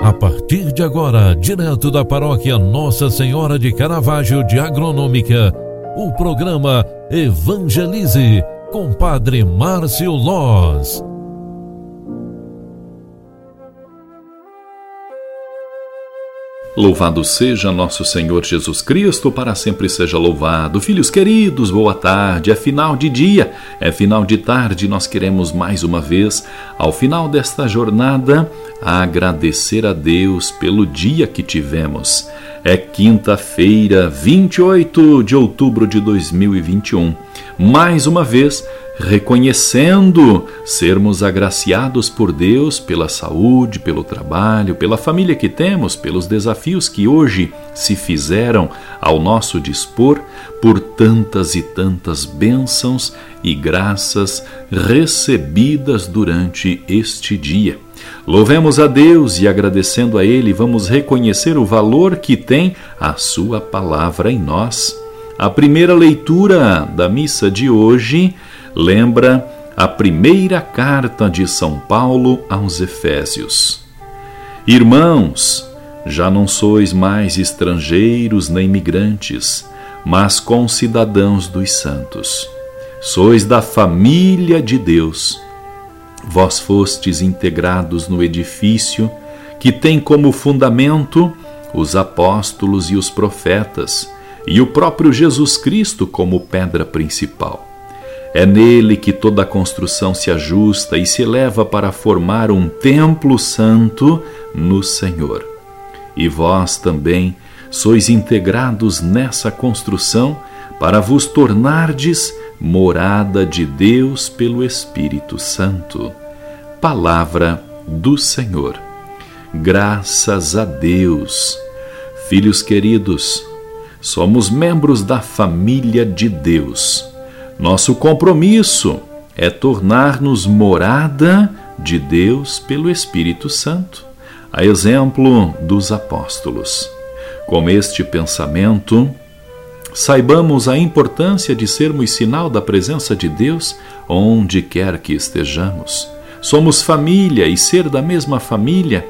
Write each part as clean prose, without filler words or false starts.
A partir de agora, direto da paróquia Nossa Senhora de Caravaggio de Agronômica, o programa Evangelize, com Padre Márcio Loz. Louvado seja nosso Senhor Jesus Cristo, para sempre seja louvado. Filhos queridos, boa tarde. É final de dia, é final de tarde. Nós queremos mais uma vez, ao final desta jornada, agradecer a Deus pelo dia que tivemos. É quinta-feira, 28 de outubro de 2021. Mais uma vez, reconhecendo sermos agraciados por Deus pela saúde, pelo trabalho, pela família que temos, pelos desafios que hoje se fizeram ao nosso dispor, por tantas e tantas bênçãos e graças recebidas durante este dia. Louvemos a Deus e, agradecendo a Ele, vamos reconhecer o valor que tem a Sua palavra em nós. A primeira leitura da missa de hoje lembra a primeira carta de São Paulo aos Efésios. Irmãos, já não sois mais estrangeiros nem migrantes, mas concidadãos dos santos. Sois da família de Deus. Vós fostes integrados no edifício que tem como fundamento os apóstolos e os profetas, e o próprio Jesus Cristo como pedra principal. É nele que toda a construção se ajusta e se eleva para formar um templo santo no Senhor. E vós também sois integrados nessa construção para vos tornardes morada de Deus pelo Espírito Santo. Palavra do Senhor. Graças a Deus. Filhos queridos, somos membros da família de Deus. Nosso compromisso é tornar-nos morada de Deus pelo Espírito Santo, a exemplo dos apóstolos. Com este pensamento, saibamos a importância de sermos sinal da presença de Deus onde quer que estejamos. Somos família e ser da mesma família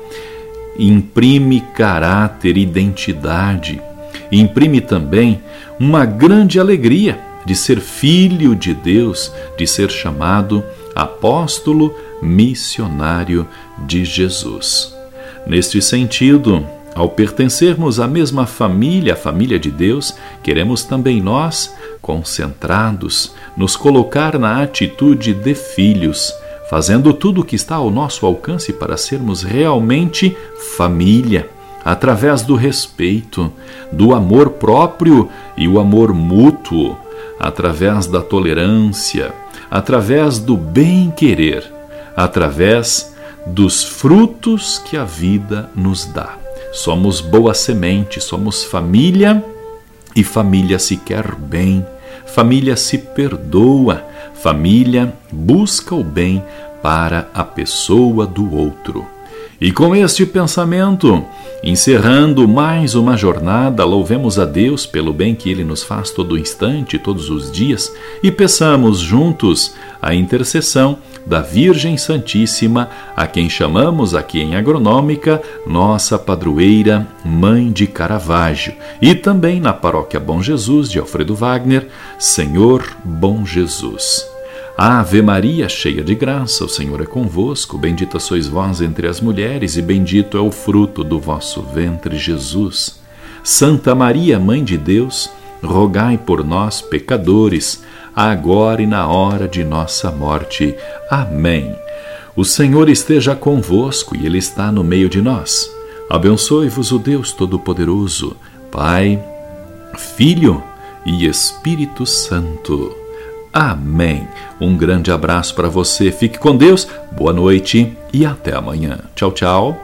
imprime caráter, identidade, imprime também uma grande alegria de ser filho de Deus, de ser chamado apóstolo missionário de Jesus. Neste sentido, ao pertencermos à mesma família, a família de Deus, queremos também nós, concentrados, nos colocar na atitude de filhos, fazendo tudo o que está ao nosso alcance para sermos realmente família, através do respeito, do amor próprio e o amor mútuo, através da tolerância, através do bem-querer, através dos frutos que a vida nos dá. Somos boa semente, somos família, e família se quer bem, família se perdoa, família busca o bem para a pessoa do outro. E com este pensamento, encerrando mais uma jornada, louvemos a Deus pelo bem que Ele nos faz todo instante, todos os dias, e peçamos juntos a intercessão da Virgem Santíssima, a quem chamamos aqui em Agronômica, nossa padroeira, Mãe de Caravaggio, e também na Paróquia Bom Jesus de Alfredo Wagner, Senhor Bom Jesus. Ave Maria, cheia de graça, o Senhor é convosco, bendita sois vós entre as mulheres, e bendito é o fruto do vosso ventre, Jesus. Santa Maria, Mãe de Deus, rogai por nós, pecadores, agora e na hora de nossa morte. Amém. O Senhor esteja convosco e Ele está no meio de nós. Abençoe-vos o Deus Todo-Poderoso, Pai, Filho e Espírito Santo. Amém. Um grande abraço para você. Fique com Deus. Boa noite e até amanhã. Tchau, tchau.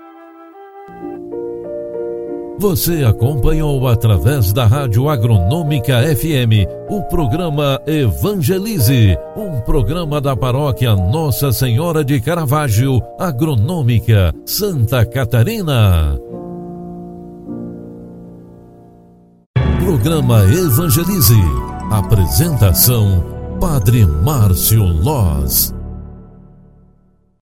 Você acompanhou através da Rádio Agronômica FM o programa Evangelize, um programa da paróquia Nossa Senhora de Caravaggio, Agronômica, Santa Catarina. Programa Evangelize. Apresentação: Padre Márcio Loz.